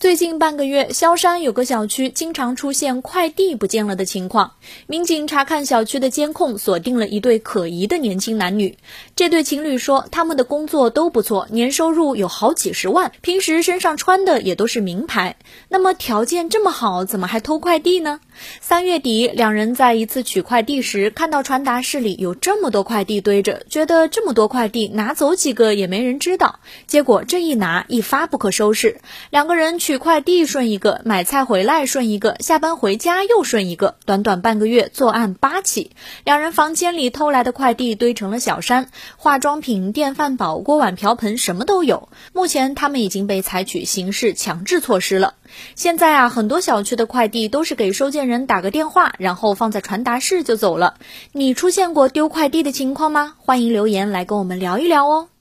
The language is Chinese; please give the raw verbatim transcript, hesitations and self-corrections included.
最近半个月，萧山有个小区经常出现快递不见了的情况。民警查看小区的监控，锁定了一对可疑的年轻男女。这对情侣说，他们的工作都不错，年收入有好几十万，平时身上穿的也都是名牌。那么条件这么好，怎么还偷快递呢？三月底，两人在一次取快递时，看到传达室里有这么多快递堆着，觉得这么多快递拿走几个也没人知道。结果这一拿，一发不可收拾。两个人取快递顺一个，买菜回来顺一个，下班回家又顺一个，短短半个月作案八起。两人房间里偷来的快递堆成了小山，化妆品、电饭煲、锅碗瓢盆什么都有。目前他们已经被采取刑事强制措施了。现在啊，很多小区的快递都是给收件人打个电话，然后放在传达室就走了。你出现过丢快递的情况吗？欢迎留言来跟我们聊一聊哦。